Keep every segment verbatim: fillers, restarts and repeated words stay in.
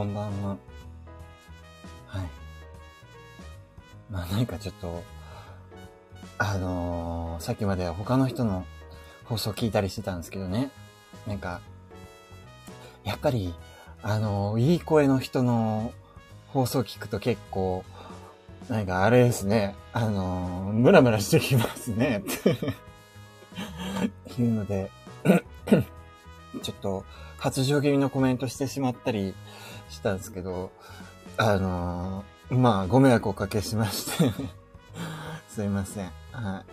こんばんは。はい。まあなんかちょっと、あのー、さっきまで他の人の放送聞いたりしてたんですけどね。なんか、やっぱり、あのー、いい声の人の放送聞くと結構、なんかあれですね。あのー、ムラムラしてきますね。っていうので、ちょっと、発情気味のコメントしてしまったりしたんですけど、あのー、まあ、ご迷惑をおかけしましてすいません。はい。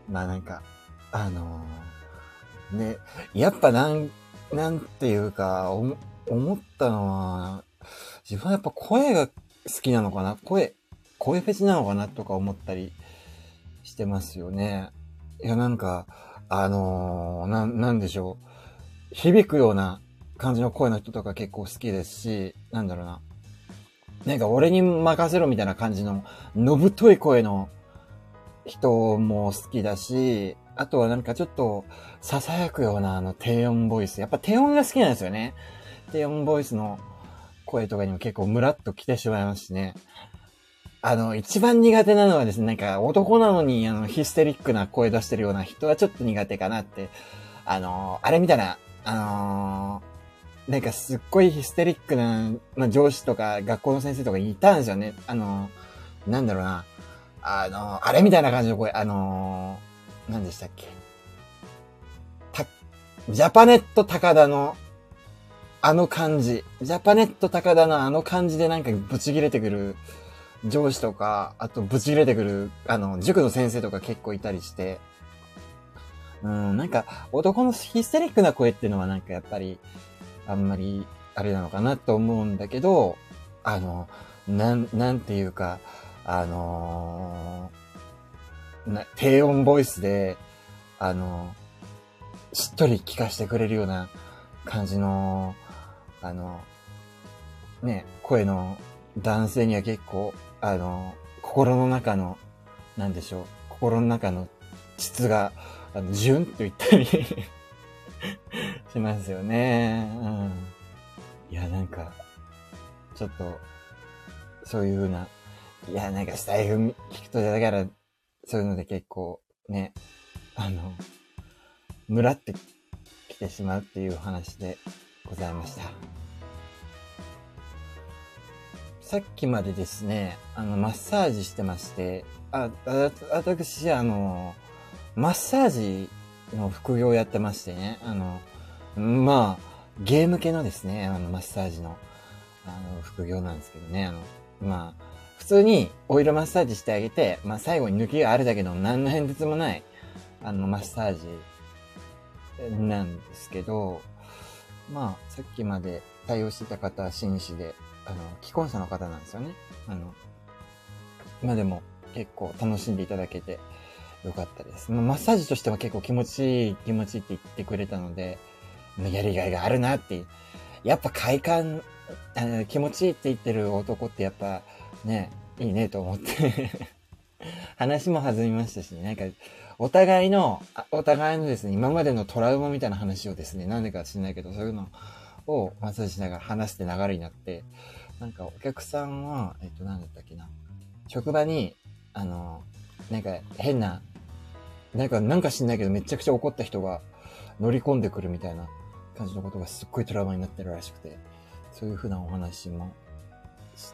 まあなんか、あのー、ね、やっぱなん、なんていうか、お思ったのは、自分はやっぱ声が好きなのかな声、声フェチなのかなとか思ったりしてますよね。いや、なんか、あのー、な、なんでしょう。響くような感じの声の人とか結構好きですし、なんだろうな。なんか俺に任せろみたいな感じの、のぶとい声の人も好きだし、あとはなんかちょっと、囁くようなあの低音ボイス。やっぱ低音が好きなんですよね。低音ボイスの声とかにも結構ムラっと来てしまいますしね。あの、一番苦手なのはですね、なんか男なのにあのヒステリックな声出してるような人はちょっと苦手かなって。あの、あれみたいな、あのー、なんかすっごいヒステリックな、まあ、上司とか学校の先生とかいたんですよね。あのー、なんだろうな。あのー、あれみたいな感じの声、あのー、何でしたっけ。た、ジャパネット高田の、あの感じ。ジャパネット高田のあの感じでなんかブチ切れてくる上司とか、あとブチ切れてくる、あの、塾の先生とか結構いたりして、うん、なんか男のヒステリックな声っていうのはなんかやっぱり、あんまり、あれなのかなと思うんだけど、あの、なん、なんていうか、あのー、な、低音ボイスで、あのー、しっとり聞かせてくれるような感じの、あの、ね、声の男性には結構、あの、心の中の、なんでしょう、心の中の質が、あの、ジュンと言ったりしますよね。うん。いや、なんか、ちょっと、そういう風な、いや、なんかスタイフ聞くと、だから、そういうので結構、ね、あの、ムラってきてしまうっていう話でございました。さっきまでですね、あの、マッサージしてまして、あ、あ私、あの、マッサージの副業をやってましてね、あの、まあ、ゲーム系のですね、あの、マッサージの、あの、副業なんですけどね、あの、まあ、普通にオイルマッサージしてあげて、まあ、最後に抜きがあるだけの何の変哲もない、あの、マッサージなんですけど、まあ、さっきまで対応してた方は紳士で、あの、既婚者の方なんですよね。あの、まあでも結構楽しんでいただけてよかったです。まあ、マッサージとしては結構気持ちいい、気持ちいいって言ってくれたので、やりがいがあるなって。やっぱ快感、あの気持ちいいって言ってる男ってやっぱね、いいねと思って話も弾みましたし、ね、なんか、お互いの、お互いのですね、今までのトラウマみたいな話をですね、なんでか知んないけど、そういうのをマッサージしながら話して流れになって、なんかお客さんは、えっと、なんだったっけな。職場に、あの、なんか変な、なんか、なんか知んないけどめちゃくちゃ怒った人が乗り込んでくるみたいな感じのことがすっごいトラウマになってるらしくて、そういう風なお話もして、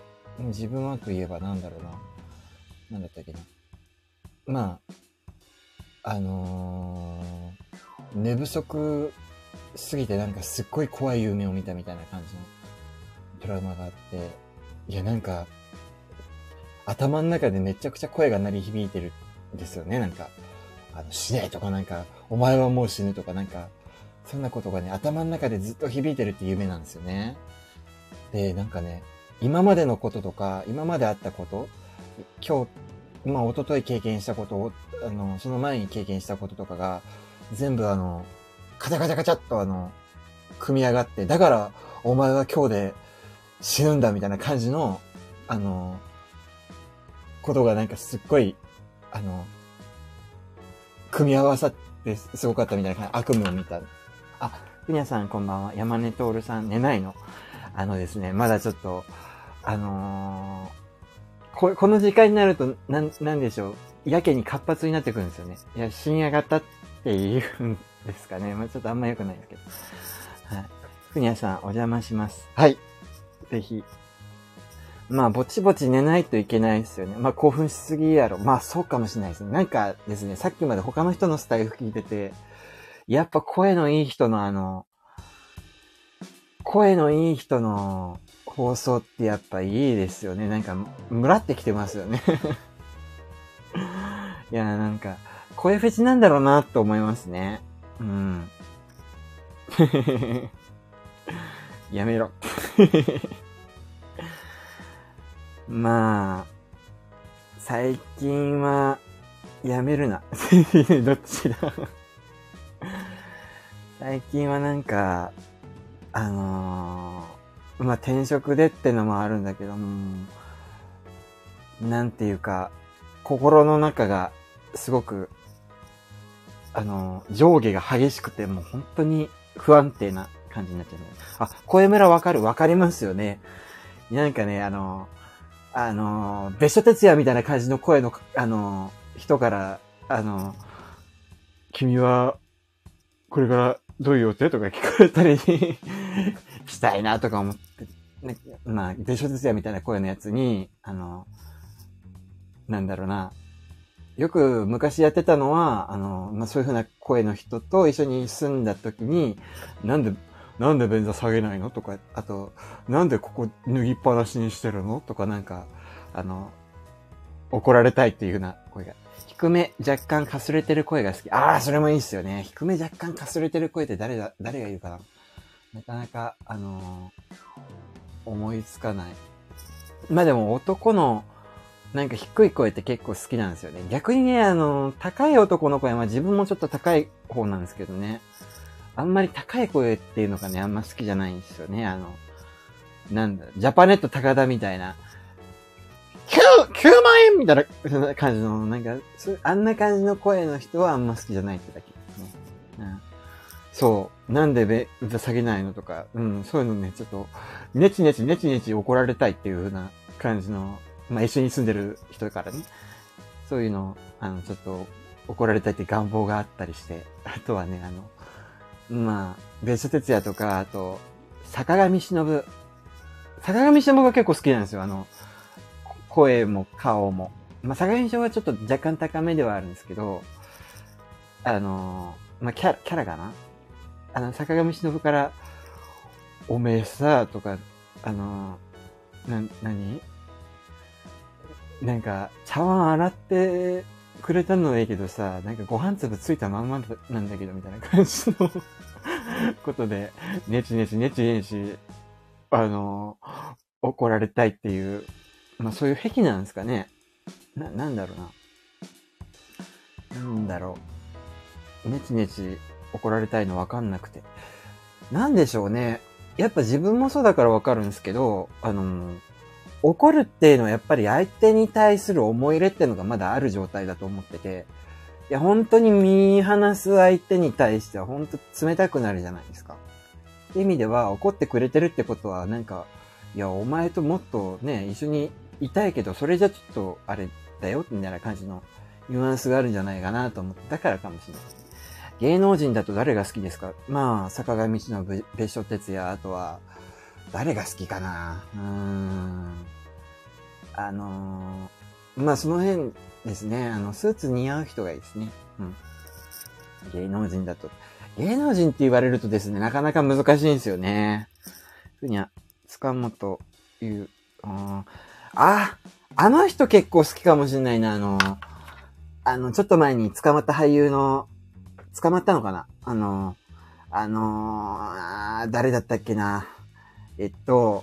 自分はといえばなんだろうな。なんだったっけな。まあ、あのー、寝不足すぎてなんかすっごい怖い夢を見たみたいな感じのトラウマがあって、いやなんか、頭の中でめちゃくちゃ声が鳴り響いてるんですよね、なんか。あの、死ねとかなんか、お前はもう死ぬとかなんか、そんなことがね、頭の中でずっと響いてるって夢なんですよね。で、なんかね、今までのこととか、今まであったこと、今日、まあ、一昨日経験したことを、あの、その前に経験したこととかが、全部あの、カチャカチャカチャっとあの、組み上がって、だから、お前は今日で死ぬんだみたいな感じの、あの、ことがなんかすっごい、あの、組み合わさってすごかったみたいな感じ、悪夢を見た。あ、ふにゃさんこんばんは。山根徹さん寝ないの。 あのですね、まだちょっと、あのー、こ、この時間になると、なん、なんでしょう。やけに活発になってくるんですよね。いや、深夜型って言うんですかね。まあちょっとあんま良くないですけど。はい。ふにゃさん、お邪魔します。はい。ぜひ。まあ、ぼちぼち寝ないといけないですよね。まあ、興奮しすぎやろ。まあ、そうかもしれないですね。なんかですね、さっきまで他の人のスタイフ聞いてて、やっぱ声のいい人のあの、声のいい人の放送ってやっぱいいですよね。なんか、むらってきてますよね。いや、なんか、声フェチなんだろうなと思いますね。うん。やめろ。まあ、最近は、やめるな。どっちだ最近はなんか、あのー、まあ、転職でってのもあるんだけども、なんていうか、心の中がすごく、あのー、上下が激しくて、もう本当に不安定な感じになっちゃう。あ、声村わかるわかりますよね。なんかね、あのー、あのー、別所哲也みたいな感じの声の、あのー、人から、あのー、君は、これからどういう予定とか聞かれたりしたいなとか思って、ね、まあ、別所哲也みたいな声のやつに、あの、なんだろうな、よく昔やってたのは、あの、まあ、そういう風な声の人と一緒に住んだ時に、なんで、なんで便座下げないのとか、あと、なんでここ脱ぎっぱなしにしてるのとかなんか、あの、怒られたいっていう風な声が。低め若干かすれてる声が好き。ああ、それもいいっすよね。低め若干かすれてる声って誰だ、誰が言うかな。なかなか、あのー、思いつかない。まあでも男の、なんか低い声って結構好きなんですよね。逆にね、あのー、高い男の声は自分もちょっと高い方なんですけどね。あんまり高い声っていうのがね、あんま好きじゃないんですよね。あの、なんだ、ジャパネット高田みたいな。きゅう、きゅうまん円みたいな感じの、なんか、あんな感じの声の人はあんま好きじゃないってだけですね。うん、そう。なんでべ、歌下げないのとか、うん、そういうのね、ちょっと、ネチネチネチネチ怒られたいっていう風な感じの、まあ一緒に住んでる人からね、そういうの、あの、ちょっと怒られたいって願望があったりして、あとはね、あの、まあ、別所哲也とか、あと、坂上忍。坂上忍が結構好きなんですよ。あの、声も顔も。まあ、坂上忍はちょっと若干高めではあるんですけど、あの、まあ、キャラ、キャラかなあの、坂上忍から、おめえさ、とか、あの、な、なになんか、茶碗洗ってくれたのはいいけどさ、なんかご飯粒ついたまんまなんだけど、みたいな感じのことで、ネチネチネチネチ、あの、怒られたいっていう、まあそういう癖なんですかね。な、なんだろうな。なんだろう。ネチネチ怒られたいのわかんなくて。なんでしょうね。やっぱ自分もそうだからわかるんですけど、あの、怒るっていうのはやっぱり相手に対する思い入れっていうのがまだある状態だと思ってて、いや、本当に見放す相手に対しては本当冷たくなるじゃないですか。っていう意味では怒ってくれてるってことはなんか、いや、お前ともっとね、一緒にいたいけど、それじゃちょっとあれだよ、みたいな感じのニュアンスがあるんじゃないかなと思って、だからかもしれないですね。芸能人だと誰が好きですか？まあ、坂上忍、別所哲也、あとは、誰が好きかな？うーん。あのー、まあその辺ですね、あの、スーツ似合う人がいいですね。うん。芸能人だと。芸能人って言われるとですね、なかなか難しいんですよね。ふにゃ、塚本優、ああ、あの人結構好きかもしれないな、あの、あの、ちょっと前に捕まった俳優の、捕まったのかなあの、あのあー、誰だったっけな。えっと、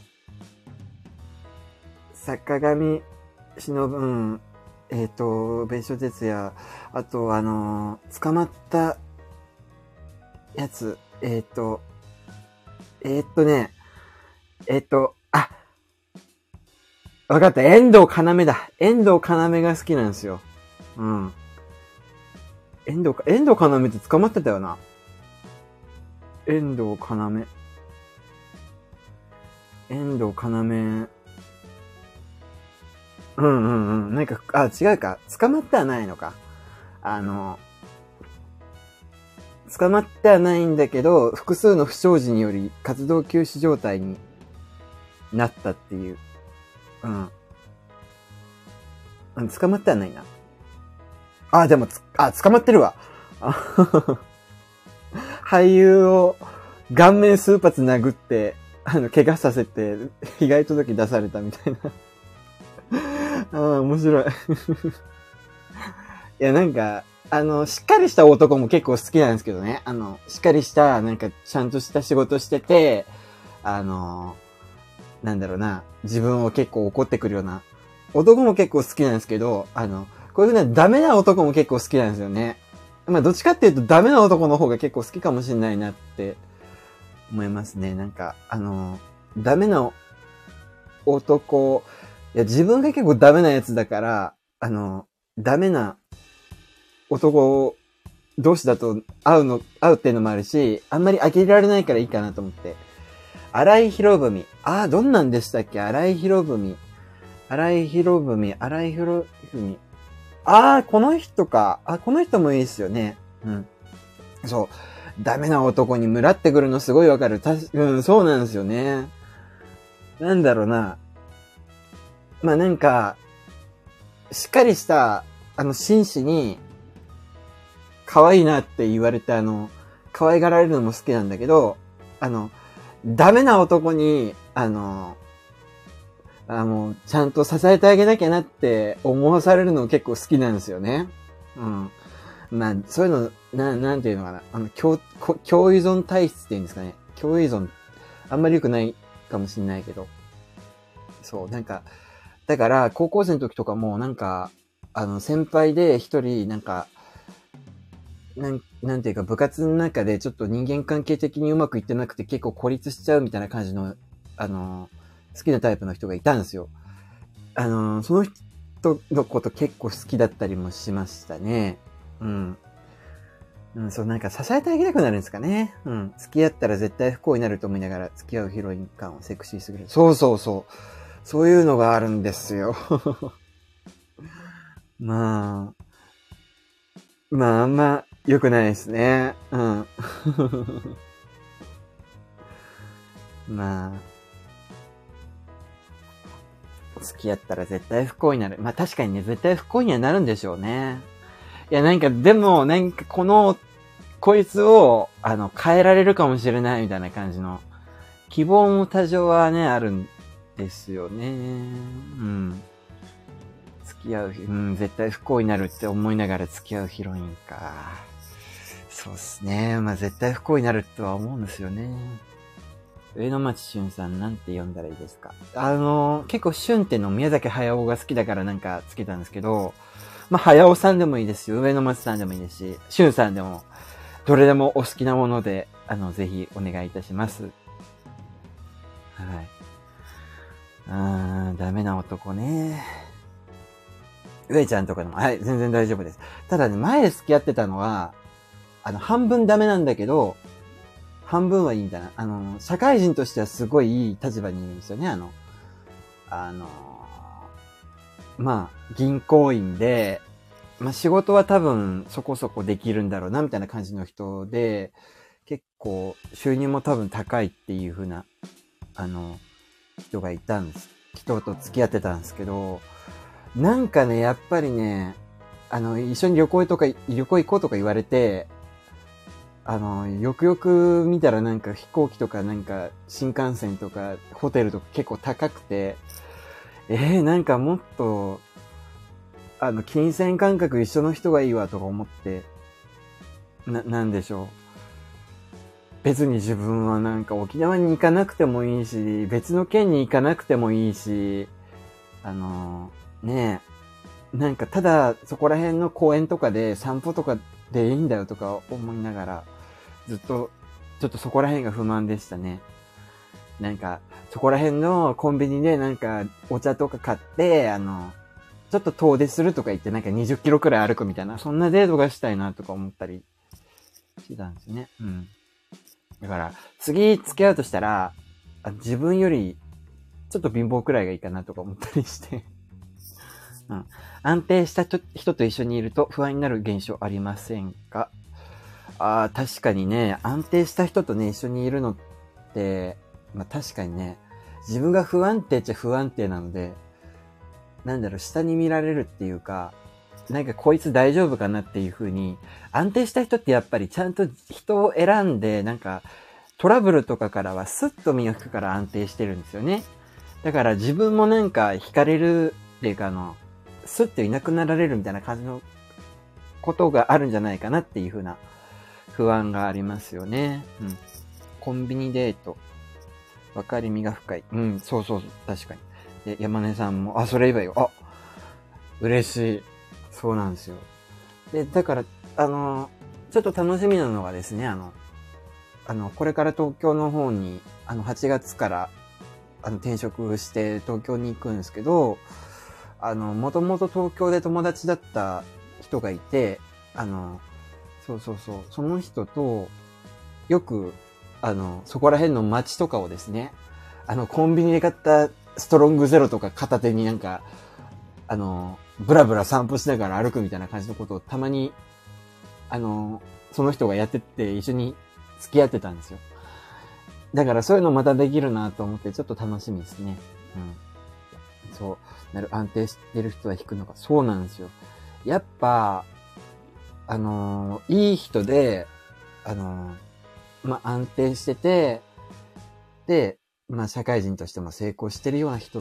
坂上忍、うん、えっと、別所哲也、あと、あのー、捕まったやつ、えっと、えっとね、えっと、あ、わかった、遠藤要だ。遠藤要が好きなんですよ。うん。遠藤か、遠藤要って捕まってたよな。遠藤要。 遠藤要。うんうんうん。なんか、あ、違うか。捕まってはないのか。あの、捕まってはないんだけど、複数の不祥事により活動休止状態になったっていう。うん。うん、捕まってはないな。あ、でもつ、あ、捕まってるわ。あ俳優を顔面数発殴って、あの、怪我させて、被害届出されたみたいな。ああ、面白い。いや、なんか、あの、しっかりした男も結構好きなんですけどね。あの、しっかりした、なんか、ちゃんとした仕事してて、あの、なんだろうな、自分を結構怒ってくるような、男も結構好きなんですけど、あの、こういうふうなダメな男も結構好きなんですよね。まあ、どっちかっていうとダメな男の方が結構好きかもしれないなって思いますね。なんか、あの、ダメな男、いや、自分が結構ダメなやつだから、あの、ダメな男同士だと会うの、会うっていうのもあるし、あんまり呆れられないからいいかなと思って。荒井博文。ああ、どんなんでしたっけ？荒井博文。荒井博文、荒井博文。ああ、この人か。あ、この人もいいですよね。うん。そう。ダメな男に群ってくるのすごいわかる。たし、うん、そうなんですよね。なんだろうな。まあなんか、しっかりした、あの、紳士に、可愛いなって言われて、あの、可愛がられるのも好きなんだけど、あの、ダメな男に、あの、あの、ちゃんと支えてあげなきゃなって思わされるの結構好きなんですよね。うん。まあ、そういうの、な、なんていうのかな。あの、共、共依存体質っていうんですかね。共依存、あんまり良くないかもしれないけど。そう、なんか、だから、高校生の時とかも、なんか、あの、先輩で一人、なんか、なん、なんていうか、部活の中でちょっと人間関係的にうまくいってなくて結構孤立しちゃうみたいな感じの、あの、好きなタイプの人がいたんですよ。あの、その人のこと結構好きだったりもしましたね。うん。うん、そう、なんか支えてあげたくなるんですかね。うん。付き合ったら絶対不幸になると思いながら付き合うヒロイン感をセクシーすぎる。そうそうそう。そういうのがあるんですよ。まあ、まあ、あんま良くないですね。うん。まあ、付き合ったら絶対不幸になる。まあ確かにね、絶対不幸にはなるんでしょうね。いや、なんか、でも、なんか、この、こいつを、あの、変えられるかもしれないみたいな感じの、希望も多少はね、あるんですよね。うん。付き合う、うん、絶対不幸になるって思いながら付き合うヒロインか。そうっすね。まあ絶対不幸になるとは思うんですよね。上野町俊さんなんて呼んだらいいですか？あの、結構俊っての宮崎駿が好きだからなんかつけたんですけど、まあ、駿さんでもいいですし、上野松さんでもいいですし、俊さんでも、どれでもお好きなもので、あの、ぜひお願いいたします。はい。あー、ダメな男ね。上ちゃんとかでも、はい、全然大丈夫です。ただね、前付き合ってたのは、あの、半分ダメなんだけど、半分はいいんだな。あの、社会人としてはすごいいい立場にいるんですよね、あの、あの、まあ、銀行員で、まあ、仕事は多分そこそこできるんだろうな、みたいな感じの人で、結構収入も多分高いっていう風な、あの、人がいたんです。人と付き合ってたんですけど、なんかね、やっぱりね、あの、一緒に旅行とか、旅行行こうとか言われて、あの、よくよく見たらなんか飛行機とかなんか新幹線とかホテルとか結構高くて、えー、なんかもっと、あの、金銭感覚一緒の人がいいわとか思って、な、なんでしょう。別に自分はなんか沖縄に行かなくてもいいし、別の県に行かなくてもいいし、あのー、ねえ、なんかただそこら辺の公園とかで散歩とかでいいんだよとか思いながら、ずっと、ちょっとそこら辺が不満でしたね。なんか、そこら辺のコンビニでなんかお茶とか買って、あの、ちょっと遠出するとか言ってなんかにじゅっキロくらい歩くみたいな、そんなデートがしたいなとか思ったりしてたんですね。うん。だから、次付き合うとしたら、自分よりちょっと貧乏くらいがいいかなとか思ったりして。うん。安定した人と一緒にいると不安になる現象ありませんか？ああ、確かにね、安定した人とね、一緒にいるのって、まあ確かにね、自分が不安定っちゃ不安定なので、なんだろう、下に見られるっていうか、なんかこいつ大丈夫かなっていう風に、安定した人ってやっぱりちゃんと人を選んで、なんかトラブルとかからはスッと身を引くから安定してるんですよね。だから自分もなんか惹かれるっていうかあの、スッといなくなられるみたいな感じのことがあるんじゃないかなっていう風な不安がありますよね。うん。コンビニデート。わかりみが深い。うん、そうそうそう、確かに。で、山根さんも、あ、それ言えばいいよ。あ、嬉しい。そうなんですよ。で、だから、あの、ちょっと楽しみなのがですね、あの、あの、これから東京の方に、あの、はちがつから、あの、転職して東京に行くんですけど、あの、もともと東京で友達だった人がいて、あの、そうそうそう、その人と、よく、あの、そこら辺の街とかをですね、あの、コンビニで買ったストロングゼロとか片手になんか、あの、ブラブラ散歩しながら歩くみたいな感じのことをたまに、あの、その人がやってって一緒に付き合ってたんですよ。だからそういうのまたできるなと思ってちょっと楽しみですね。うん。そう。なる、安定してる人は引くのが。そうなんですよ。やっぱ、あのー、いい人で、あのー、まあ、安定してて、で、まあ、社会人としても成功してるような人って、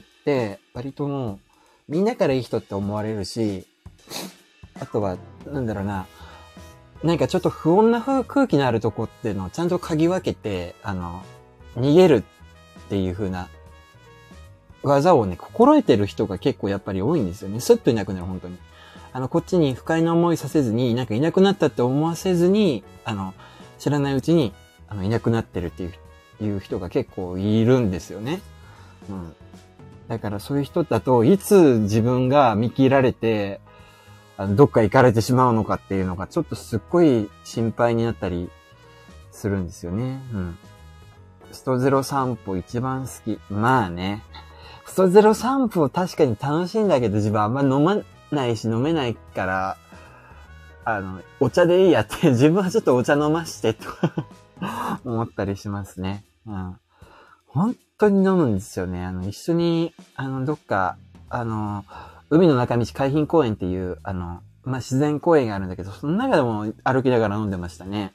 割ともう、みんなからいい人って思われるし、あとは、なんだろうな、なんかちょっと不穏な空気のあるとこっていうのをちゃんと嗅ぎ分けて、あの、逃げるっていう風な技をね、心得てる人が結構やっぱり多いんですよね。スッといなくなる、本当に。あの、こっちに不快な思いさせずに、なんかいなくなったって思わせずに、あの、知らないうちに、あの、いなくなってるっていう、いう人が結構いるんですよね。うん。だからそういう人だと、いつ自分が見切られて、あの、どっか行かれてしまうのかっていうのが、ちょっとすっごい心配になったりするんですよね。うん。ストゼロ散歩一番好き。まあね。ストゼロ散歩確かに楽しいんだけど、自分あんま飲まないし飲めないから、あの、お茶でいいやって、自分はちょっとお茶飲ましてと思ったりしますね。うん。本当に飲むんですよね。あの、一緒に、あの、どっか、あの、海の中道海浜公園っていう、あの、まあ、自然公園があるんだけど、その中でも歩きながら飲んでましたね。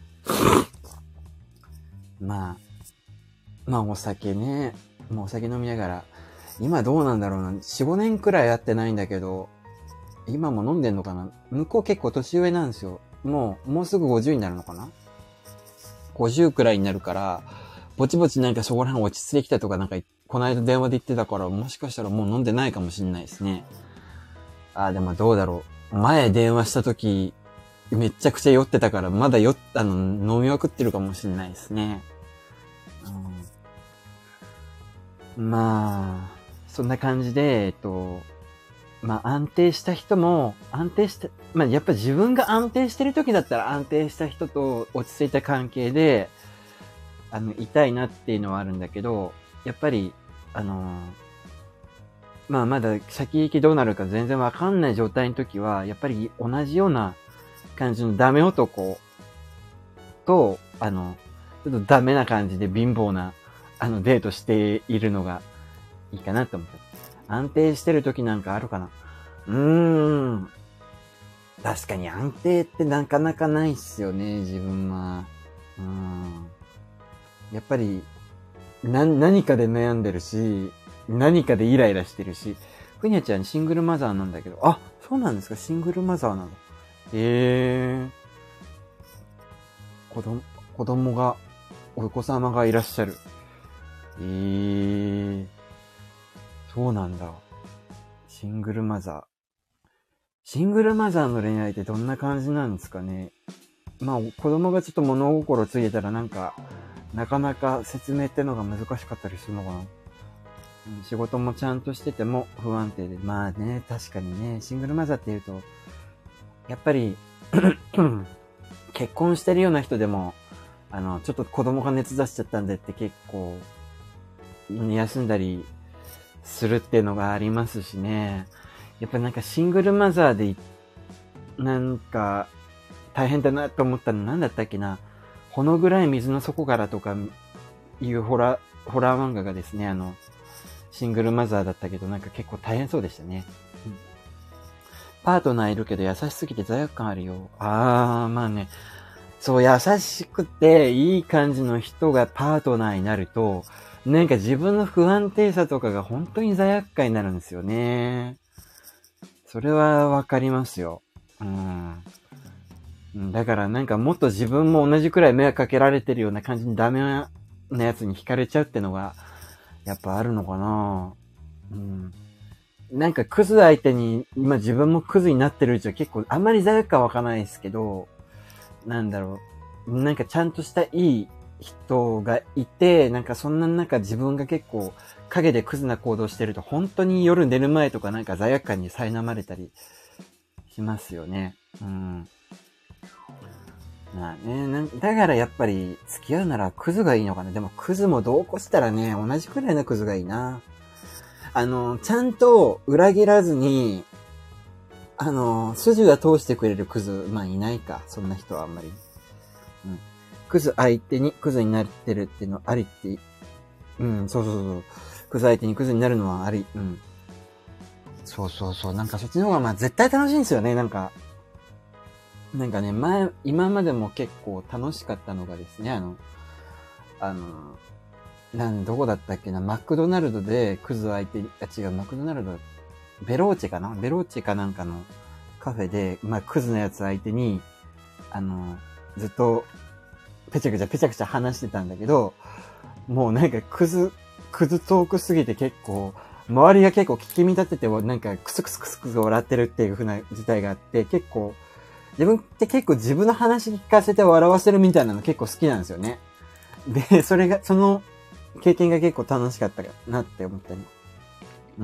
まあ、まあ、お酒ね。もうお酒飲みながら、今どうなんだろうな。よん、ごねんくらいやってないんだけど、今も飲んでんのかな。向こう結構年上なんですよ。もう、もうすぐごじゅうになるのかな ?ごじゅう くらいになるから、ぼちぼちなんかそこら辺落ち着いてきたとかなんか、この間電話で言ってたから、もしかしたらもう飲んでないかもしれないですね。ああ、でもどうだろう。前電話した時、めっちゃくちゃ酔ってたから、まだ酔っ、あの、飲みまくってるかもしれないですね。うん、まあ、そんな感じで、えっと、まあ安定した人も、安定した、まあやっぱ自分が安定してる時だったら安定した人と落ち着いた関係で、あの、いたいなっていうのはあるんだけど、やっぱり、あのー、まあまだ先行きどうなるか全然わかんない状態の時は、やっぱり同じような感じのダメ男と、あの、ちょっとダメな感じで貧乏な、あの、デートしているのがいいかなと思って。安定してる時なんかあるかな。うーん。確かに安定ってなかなかないっすよね、自分は。うーん。やっぱり、な、何かで悩んでるし、何かでイライラしてるし、ふにゃちゃんシングルマザーなんだけど、あ、そうなんですか、シングルマザーなの。へえ。子供、子供が、お子様がいらっしゃる。えー、そうなんだ。シングルマザー。シングルマザーの恋愛ってどんな感じなんですかね。まあ、子供がちょっと物心ついてたらなんか、なかなか説明ってのが難しかったりするのかな。仕事もちゃんとしてても不安定で。まあね、確かにね、シングルマザーって言うと、やっぱり、結婚してるような人でも、あの、ちょっと子供が熱出しちゃったんでって結構、休んだりするっていうのがありますしね。やっぱなんかシングルマザーで、なんか大変だなと思ったのなんだったっけな。ほの暗い水の底からとかいうホラー、ホラー漫画がですね、あの、シングルマザーだったけどなんか結構大変そうでしたね。うん、パートナーいるけど優しすぎて罪悪感あるよ。あー、まあね。そう、優しくていい感じの人がパートナーになると、なんか自分の不安定さとかが本当に罪悪感になるんですよね。それはわかりますよ。うん。だからなんかもっと自分も同じくらい迷惑かけられてるような感じにダメなやつに惹かれちゃうってのが、やっぱあるのかな。うん。なんかクズ相手に、今自分もクズになってるうちは結構あんまり罪悪感わかないですけど、なんだろう。なんかちゃんとしたいい人がいて、なんかそんな中自分が結構影でクズな行動してると本当に夜寝る前とかなんか罪悪感に苛まれたりしますよね。うん。まあね、なんだからやっぱり付き合うならクズがいいのかな。でもクズも同行したらね、同じくらいのクズがいいな。あの、ちゃんと裏切らずに、あの、筋が通してくれるクズ、まあいないか。そんな人はあんまり。うん。クズ相手にクズになってるっていうのありって、うん、そうそうそう。クズ相手にクズになるのはあり、うん。そうそうそう。なんかそっちの方がまあ絶対楽しいんですよね、なんか。なんかね、前、今までも結構楽しかったのがですね、あの、あの、なん、どこだったっけな、マクドナルドでクズ相手に、あ、違う、マクドナルド、ベローチェかなベローチェかなんかのカフェで、まあ、クズのやつ相手に、あの、ずっと、ペチャクチャペチャクチャ話してたんだけど、もうなんかクズ、クズトークすぎて結構、周りが結構聞き見立ててもなんかクスクスクスクス笑ってるっていう風な事態があって、結構、自分って結構自分の話聞かせて笑わせるみたいなの結構好きなんですよね。で、それが、その経験が結構楽しかったなって思ったり。うん。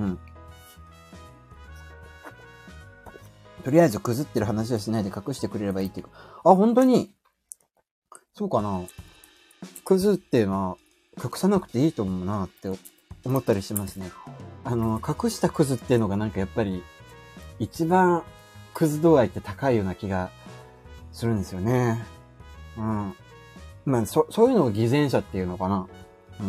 とりあえずくずってる話はしないで隠してくれればいいっていうか。あ、本当にそうかな。クズっていうのは隠さなくていいと思うなって思ったりしますね。あの、隠したクズっていうのがなんかやっぱり一番クズ度合いって高いような気がするんですよね。うん。まあ、そ、そういうのを偽善者っていうのかな。うん。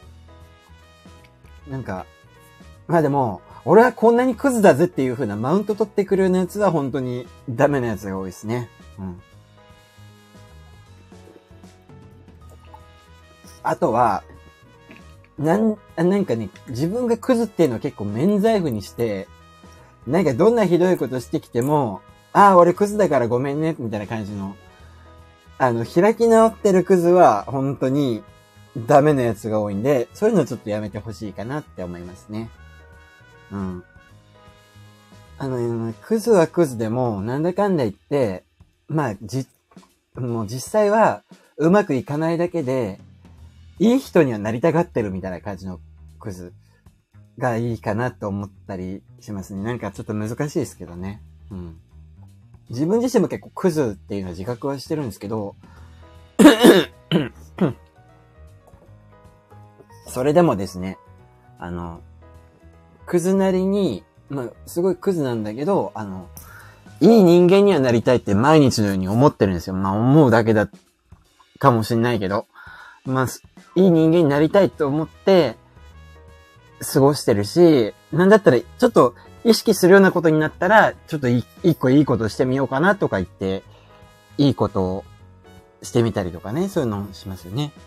なんか、まあでも、俺はこんなにクズだぜっていう風なマウント取ってくるようなやつは本当にダメなやつが多いですね。うん。あとは、なん、なんかね、自分がクズっていうのは結構免罪符にして、なんかどんなひどいことしてきても、ああ、俺クズだからごめんね、みたいな感じの、あの、開き直ってるクズは本当にダメなやつが多いんで、そういうのちょっとやめてほしいかなって思いますね。うん。あの、クズはクズでも、なんだかんだ言って、まあ、じ、もう実際はうまくいかないだけで、いい人にはなりたがってるみたいな感じのクズがいいかなと思ったりしますね。なんかちょっと難しいですけどね。うん。自分自身も結構クズっていうのは自覚はしてるんですけど、それでもですね、あの、クズなりに、まあ、すごいクズなんだけど、あの、いい人間にはなりたいって毎日のように思ってるんですよ。まあ、思うだけだ、かもしんないけど。まあ、いい人間になりたいと思って、過ごしてるし、なんだったら、ちょっと意識するようなことになったら、ちょっと一個いいことしてみようかなとか言って、いいことをしてみたりとかね、そういうのをしますよね。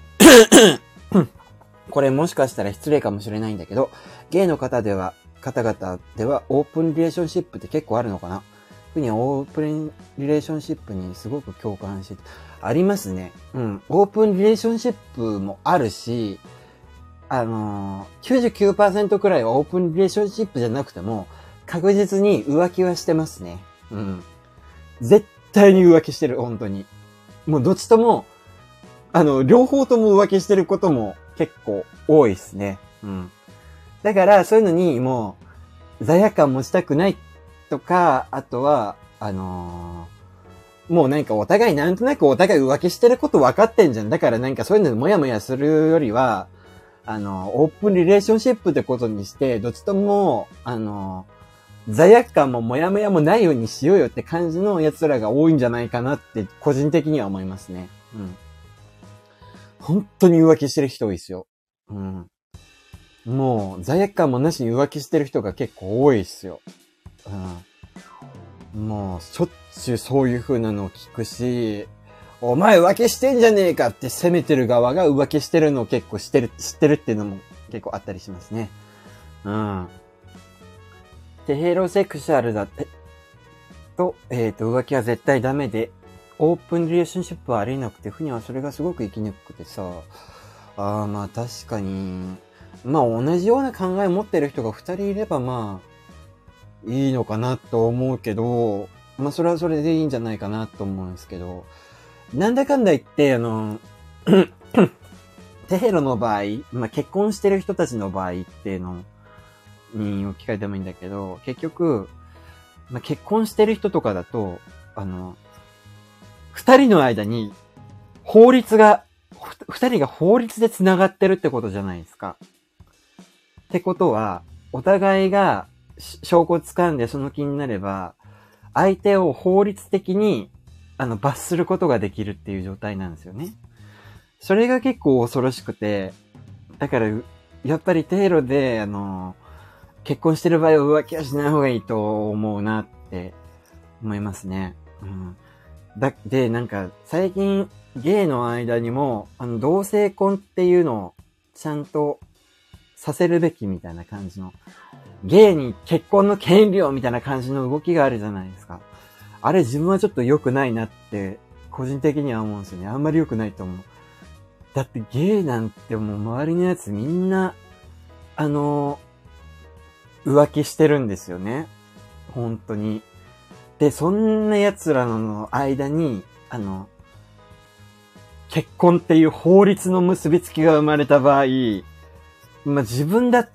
これもしかしたら失礼かもしれないんだけど、ゲイの方では、方々ではオープンリレーションシップって結構あるのかな？ふうにオープンリレーションシップにすごく共感して、ありますね。うん。オープンリレーションシップもあるし、あのー、きゅうじゅうきゅうパーセント くらいはオープンリレーションシップじゃなくても、確実に浮気はしてますね。うん。絶対に浮気してる、本当に。もうどっちとも、あの、両方とも浮気してることも結構多いですね。うん。だから、そういうのにもう、罪悪感持ちたくないとか、あとは、あのー、もうなんかお互いなんとなくお互い浮気してること分かってんじゃん。だからなんかそういうのモヤモヤするよりは、 あの、オープンリレーションシップってことにして、どっちとも、あの、罪悪感もモヤモヤもないようにしようよって感じの奴らが多いんじゃないかなって、個人的には思いますね。うん。本当に浮気してる人多いですよ。うん。もう、罪悪感もなしに浮気してる人が結構多いですよ。うん。もう、しょっちゅうそういう風なのを聞くし、お前浮気してんじゃねえかって責めてる側が浮気してるのを結構知ってる、知ってるっていうのも結構あったりしますね。うん。で、ヘイローセクシャルだって、と、えっと、浮気は絶対ダメで、オープンリレーションシップはありえなくて、ふにはそれがすごく生きにくくてさ、ああ、まあ確かに、まあ同じような考えを持ってる人が二人いればまあ、いいのかなと思うけど、まあそれはそれでいいんじゃないかなと思うんですけど、なんだかんだ言って、あの、テヘロの場合、まあ結婚してる人たちの場合っていうのに置き換えてもいいんだけど、結局、まあ結婚してる人とかだと、あの、二人の間に法律が、二人が法律で繋がってるってことじゃないですか。ってことは、お互いが証拠を掴んでその気になれば、相手を法律的に、あの、罰することができるっていう状態なんですよね。それが結構恐ろしくて、だから、やっぱりテイロで、あの、結婚してる場合は浮気はしない方がいいと思うなって思いますね。うん。だ、で、なんか、最近、ゲイの間にも、あの、同性婚っていうのを、ちゃんと、させるべきみたいな感じの、ゲイに結婚の権利をみたいな感じの動きがあるじゃないですか。あれ自分はちょっと良くないなって、個人的には思うんですよね。あんまり良くないと思う。だってゲイなんてもう周りのやつみんな、あの、浮気してるんですよね。本当に。で、そんな奴らの間に、あの、結婚っていう法律の結びつきが生まれた場合、まあ、自分だって、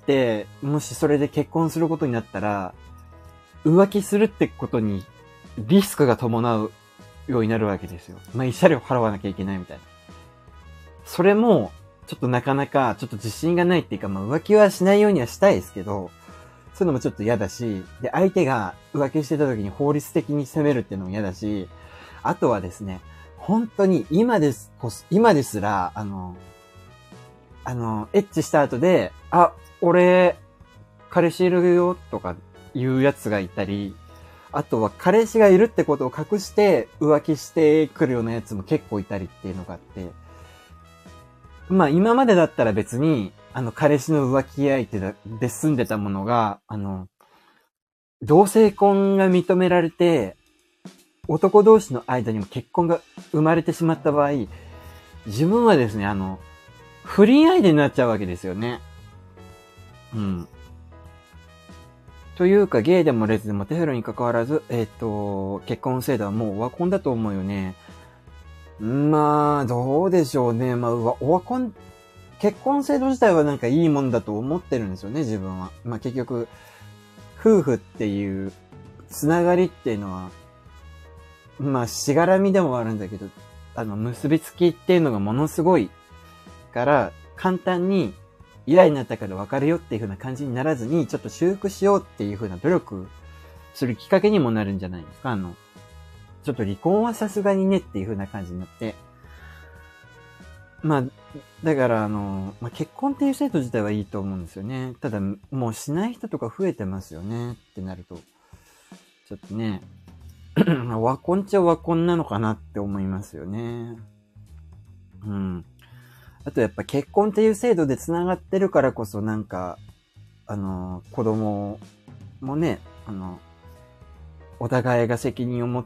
もしそれで結婚することになったら、浮気するってことにリスクが伴うようになるわけですよ。まあ、慰謝料払わなきゃいけないみたいな。それも、ちょっとなかなか、ちょっと自信がないっていうか、まあ、浮気はしないようにはしたいですけど、そういうのもちょっと嫌だし、で、相手が浮気してた時に法律的に責めるっていうのも嫌だし、あとはですね、本当に今です、今ですら、あの、あの、エッチした後で、あ、俺、彼氏いるよとか言うやつがいたり、あとは彼氏がいるってことを隠して浮気してくるようなやつも結構いたりっていうのがあって、まあ今までだったら別に、あの彼氏の浮気相手で住んでたものが、あの、同性婚が認められて、男同士の間にも結婚が生まれてしまった場合、自分はですね、あの、不倫相手になっちゃうわけですよね。うん。というか、ゲイでもレズでもテヘロに関わらず、えっと、結婚制度はもうオワコンだと思うよね。まあ、どうでしょうね。まあ、オワコン、結婚制度自体はなんかいいもんだと思ってるんですよね、自分は。まあ結局、夫婦っていうつながりっていうのは、まあしがらみでもあるんだけど、あの、結びつきっていうのがものすごいから、簡単に嫌になったから別れよっていう風な感じにならずに、ちょっと修復しようっていう風な努力するきっかけにもなるんじゃないですか。あの、ちょっと離婚はさすがにねっていう風な感じになって。まあ、だからあの、まあ、結婚っていう制度自体はいいと思うんですよね。ただ、もうしない人とか増えてますよねってなると、ちょっとね、ワコンっちゃワコンなのかなって思いますよね。うん。あとやっぱ結婚っていう制度で繋がってるからこそなんか、あの、子供もね、あの、お互いが責任を持って、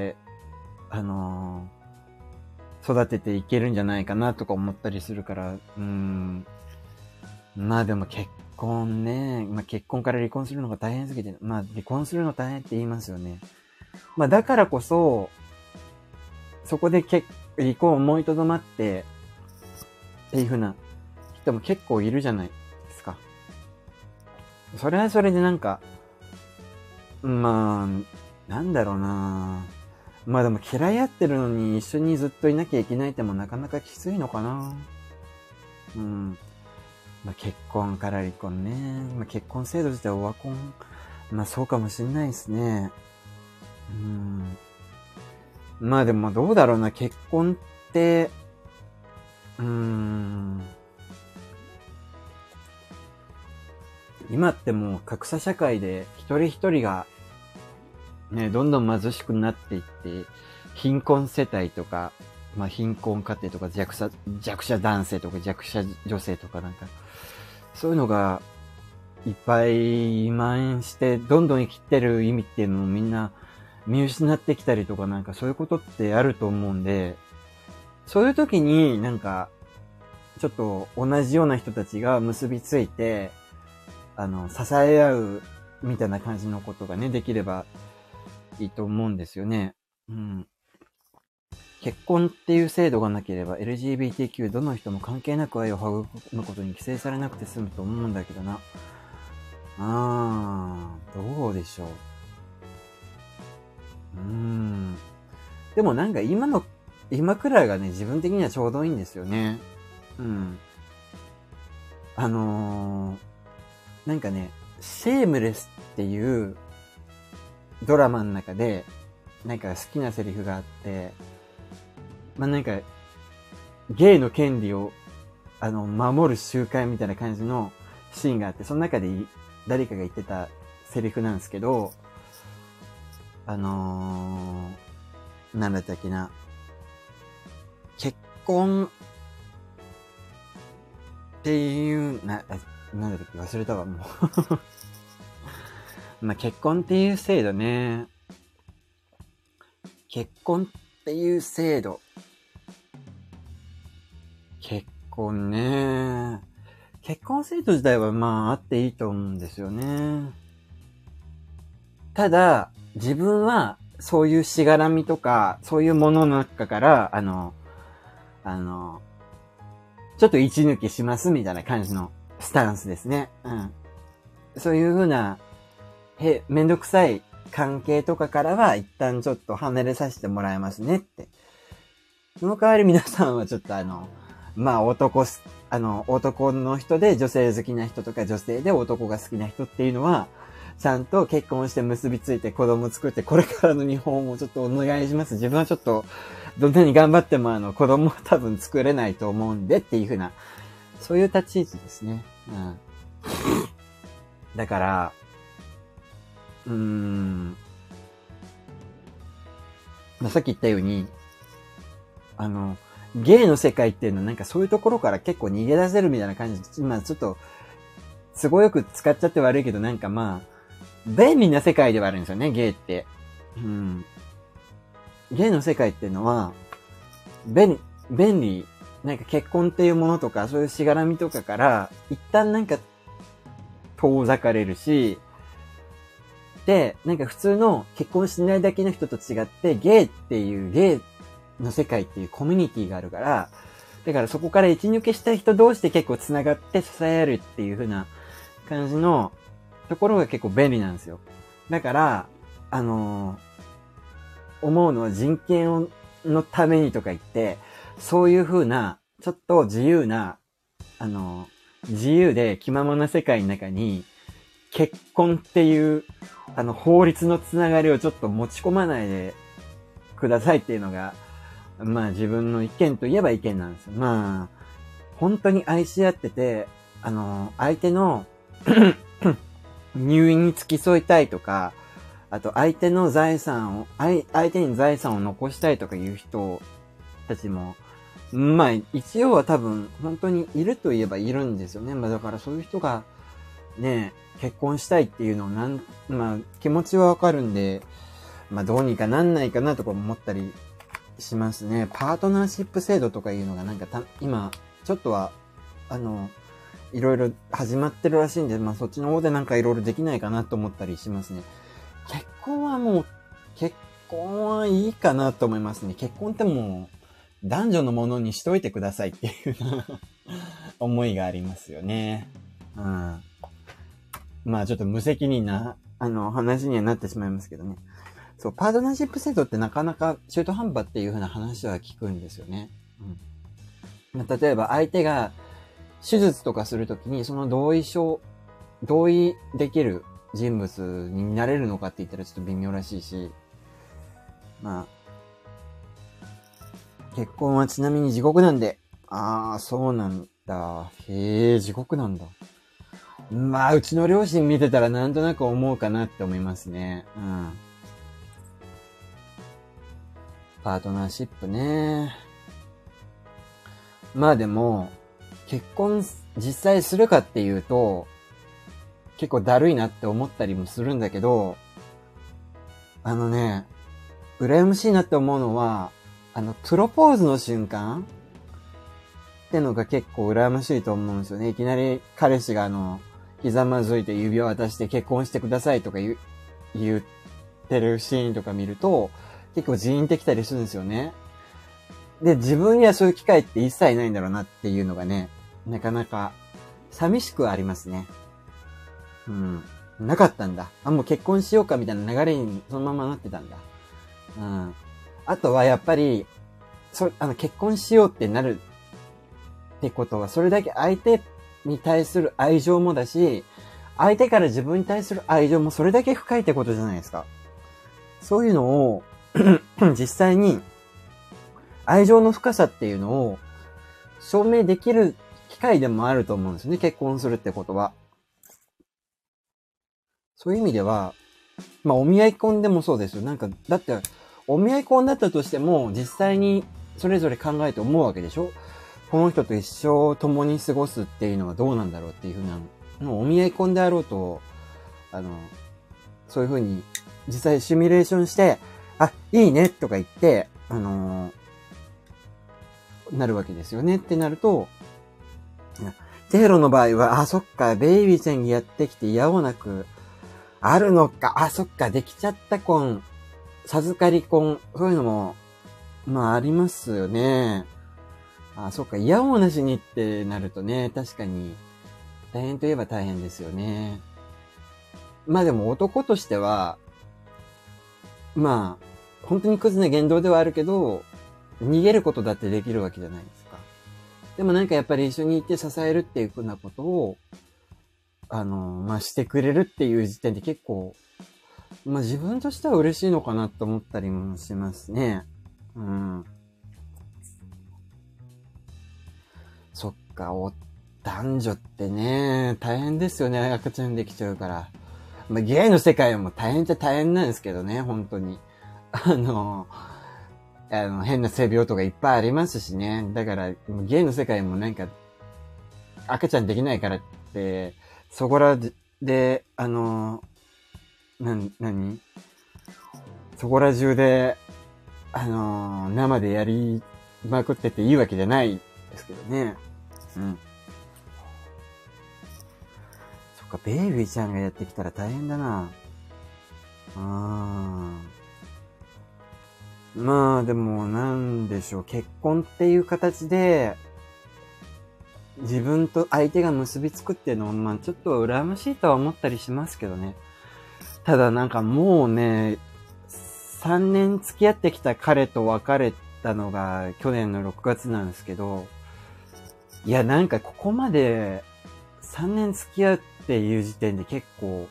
あの、育てていけるんじゃないかなとか思ったりするから、うーん。まあでも結婚ね、まあ結婚から離婚するのが大変すぎて、まあ離婚するの大変って言いますよね。まあだからこそ、そこで結離婚を思いとどまって、っていう風な人も結構いるじゃないですか。それはそれでなんか、まあ、なんだろうなまあでも嫌い合ってるのに一緒にずっといなきゃいけないってもなかなかきついのかな。うん。 まあ、結婚から離婚ね。まあ、結婚制度自体オワコン、まあそうかもしんないですね。うん。まあでもどうだろうな、結婚って、うーん。今ってもう格差社会で一人一人がね、どんどん貧しくなっていって、貧困世帯とか、まあ貧困家庭とか弱者、弱者男性とか弱者女性とかなんか、そういうのがいっぱい蔓延して、どんどん生きてる意味っていうのをみんな見失ってきたりとかなんかそういうことってあると思うんで、そういう時になんか、ちょっと同じような人たちが結びついて、あの、支え合うみたいな感じのことがね、できればいいと思うんですよね。うん。結婚っていう制度がなければ エルジービーティーキュー どの人も関係なく愛を育むことに規制されなくて済むと思うんだけどな。あー、どうでしょう。うーん。でもなんか今の、今くらいがね、自分的にはちょうどいいんですよね。うん。あのー、なんかね、シェームレスっていうドラマの中で、なんか好きなセリフがあって、まあ、なんか、ゲイの権利を、あの、守る集会みたいな感じのシーンがあって、その中で誰かが言ってたセリフなんですけど、あのー、なんだったっけな。結婚っていう、な、なんだったっけ忘れたわ、もう。まあ、結婚っていう制度ね。結婚っていう制度。結婚ね。結婚制度自体はまああっていいと思うんですよね。ただ、自分はそういうしがらみとか、そういうものの中から、あの、あの、ちょっと一抜けしますみたいな感じのスタンスですね。うん。そういうふうな、へ、めんどくさい関係とかからは一旦ちょっと離れさせてもらいますねって。その代わり皆さんはちょっとあの、まあ男す、あの、男の人で女性好きな人とか女性で男が好きな人っていうのは、ちゃんと結婚して結びついて子供作ってこれからの日本をちょっとお願いします。自分はちょっと、どんなに頑張ってもあの子供は多分作れないと思うんでっていうふうな、そういう立ち位置ですね。うん。だから、うーん、まあ、さっき言ったように、あの、ゲイの世界っていうのはなんかそういうところから結構逃げ出せるみたいな感じ。まあちょっと、都合よく使っちゃって悪いけどなんかまあ、便利な世界ではあるんですよね、ゲイって。うん。ゲイの世界っていうのは、便、便利、なんか結婚っていうものとか、そういうしがらみとかから、一旦なんか遠ざかれるし、で、なんか普通の結婚しないだけの人と違って、ゲイっていう、ゲイの世界っていうコミュニティがあるから、だからそこから一抜けした人同士で結構繋がって支え合えるっていう風な感じのところが結構便利なんですよ。だから、あのー、思うのは人権をのためにとか言って、そういう風な、ちょっと自由な、あのー、自由で気ままな世界の中に、結婚っていう、あの、法律のつながりをちょっと持ち込まないでくださいっていうのが、まあ自分の意見といえば意見なんですよ。まあ、本当に愛し合ってて、あの、相手の入院に付き添いたいとか、あと相手の財産を、相相手に財産を残したいとかいう人たちも、まあ一応は多分本当にいるといえばいるんですよね。まあだからそういう人がね、結婚したいっていうのをなん、まあ気持ちはわかるんで、まあどうにかなんないかなとか思ったりしますね。パートナーシップ制度とかいうのがなんかた、今、ちょっとは、あの、いろいろ始まってるらしいんで、まあそっちの方でなんかいろいろできないかなと思ったりしますね。結婚はもう、結婚はいいかなと思いますね。結婚ってもう、男女のものにしといてくださいっていう思いがありますよね。うん。まあちょっと無責任な、あの、話にはなってしまいますけどね。そう、パートナーシップ制度ってなかなか中途半端っていう風な話は聞くんですよね。うん。まあ、例えば相手が手術とかするときに、その同意書、同意できる人物になれるのかって言ったらちょっと微妙らしいし、まあ、結婚はちなみに地獄なんで、ああ、そうなんだ。へえ、地獄なんだ。まあ、うちの両親見てたらなんとなく思うかなって思いますね。うん。パートナーシップね。まあでも、結婚実際するかっていうと、結構だるいなって思ったりもするんだけど、あのね、羨ましいなって思うのは、あの、プロポーズの瞬間ってのが結構羨ましいと思うんですよね。いきなり彼氏があの、ひざまずいて指を渡して結婚してくださいとか言う、言ってるシーンとか見ると、結構ジーンってきたりするんですよね。で、自分にはそういう機会って一切ないんだろうなっていうのがね、なかなか寂しくはありますね。うん。なかったんだ。あ、もう結婚しようかみたいな流れにそのままなってたんだ。うん。あとはやっぱり、そ、あの、結婚しようってなるってことは、それだけ相手に対する愛情もだし、相手から自分に対する愛情もそれだけ深いってことじゃないですか。そういうのを、実際に、愛情の深さっていうのを証明できる機会でもあると思うんですよね。結婚するってことは。そういう意味では、まあお見合い婚でもそうですよ。なんか、だって、お見合い婚だったとしても、実際にそれぞれ考えて思うわけでしょ？この人と一生共に過ごすっていうのはどうなんだろうっていうふうな、もうお見合い婚であろうと、あの、そういうふうに、実際シミュレーションして、あ、いいねとか言って、あのー、なるわけですよねってなると、テヘロの場合は、あ、そっか、ベイビーちゃんにやってきて嫌をなく、あるのか、あ、そっか、できちゃった婚、授かり婚、そういうのも、まあありますよね。あ、そっか、嫌をなしにってなるとね、確かに、大変といえば大変ですよね。まあでも男としては、まあ、本当にクズな言動ではあるけど、逃げることだってできるわけじゃないですか。でもなんかやっぱり一緒にいて支えるっていうふうなことを、あの、まあしてくれるっていう時点で結構、まあ自分としては嬉しいのかなと思ったりもしますね。うん。そっか、お、男女ってね、大変ですよね。赤ちゃんできちゃうから。まあゲイの世界も大変っちゃ大変なんですけどね、本当に。あの、あの、変な性病とかいっぱいありますしね。だから、ゲイの世界もなんか、赤ちゃんできないからって、そこらで、あの、な、なにそこら中で、あの、生でやりまくってていいわけじゃないですけどね。うん。そっか、ベイビーちゃんがやってきたら大変だな。あー。まあ、でも、なんでしょう。結婚っていう形で、自分と相手が結びつくっていうのも、まあ、ちょっと羨ましいとは思ったりしますけどね。ただなんかもうね、さんねん付き合ってきた彼と別れたのが去年のろくがつなんですけど、いやなんかここまでさんねん付き合うっていう時点で結構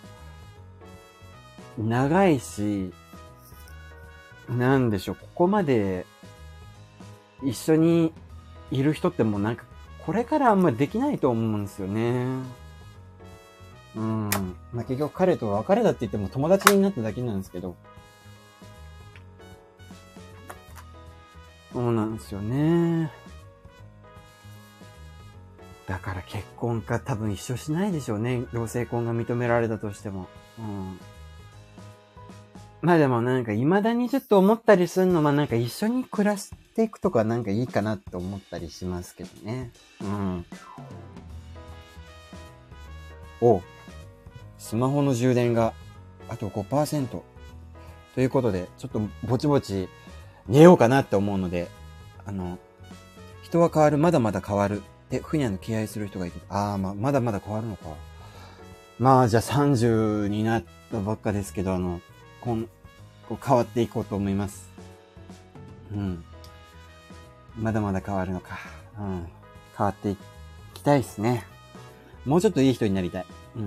長いし、なんでしょう、ここまで一緒にいる人ってもうなんかこれからあんまりできないと思うんですよね。うん。まあ、結局彼と別れたって言っても友達になっただけなんですけど。そうなんですよね。だから結婚か多分一緒しないでしょうね。同性婚が認められたとしても。うん。まあでもなんか未だにちょっと思ったりするのはなんか一緒に暮らしていくとかなんかいいかなって思ったりしますけどね。うん。お、スマホの充電があと ごパーセント。ということで、ちょっとぼちぼち寝ようかなって思うので、あの、人は変わる、まだまだ変わるってふにゃの敬愛する人がいて、ああ、まあ、まだまだ変わるのか。まあ、じゃあさんじゅうになったばっかですけど、あの、こん、こう変わっていこうと思います。うん。まだまだ変わるのか。うん。変わっていきたいですね。もうちょっといい人になりたい。うん。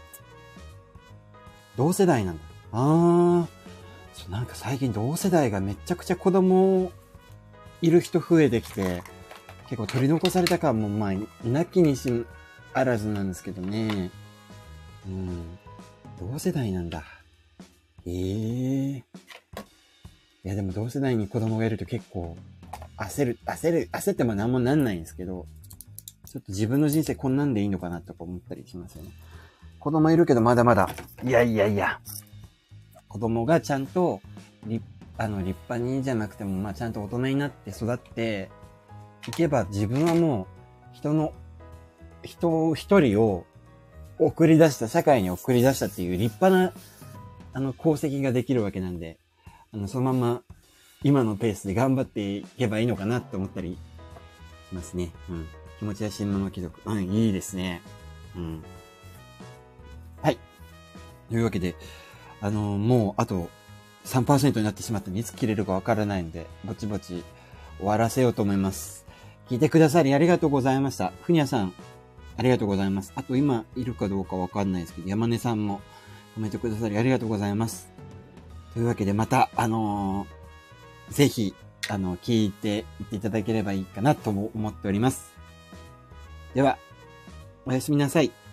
同世代なんだ。あー。そう、なんか最近同世代がめちゃくちゃ子供いる人増えてきて、結構取り残された感もまあ、なきにしあらずなんですけどね。うん。同世代なんだ。ええー。いやでも同世代に子供がいると結構焦る、焦る、焦っても何もなんないんですけど、ちょっと自分の人生こんなんでいいのかなとか思ったりしますよね。子供いるけどまだまだ、いやいやいや、子供がちゃんと立、あの、立派にじゃなくても、まあちゃんと大人になって育っていけば自分はもう人の、人一人を送り出した、社会に送り出したっていう立派な、あの、功績ができるわけなんで、あの、そのまま今のペースで頑張っていけばいいのかなって思ったりしますね。うん。気持ちは新聞貴族。うん、いいですね。うん。はい。というわけで、あのー、もうあと さんパーセント になってしまったので、いつ切れるかわからないので、ぼちぼち終わらせようと思います。聞いてくださりありがとうございました。ふにゃさん、ありがとうございます。あと今いるかどうかわかんないですけど、山根さんもコメントくださりありがとうございます。というわけでまた、あのー、ぜひ、あの、聞いていっていただければいいかなとも思っております。では、おやすみなさい。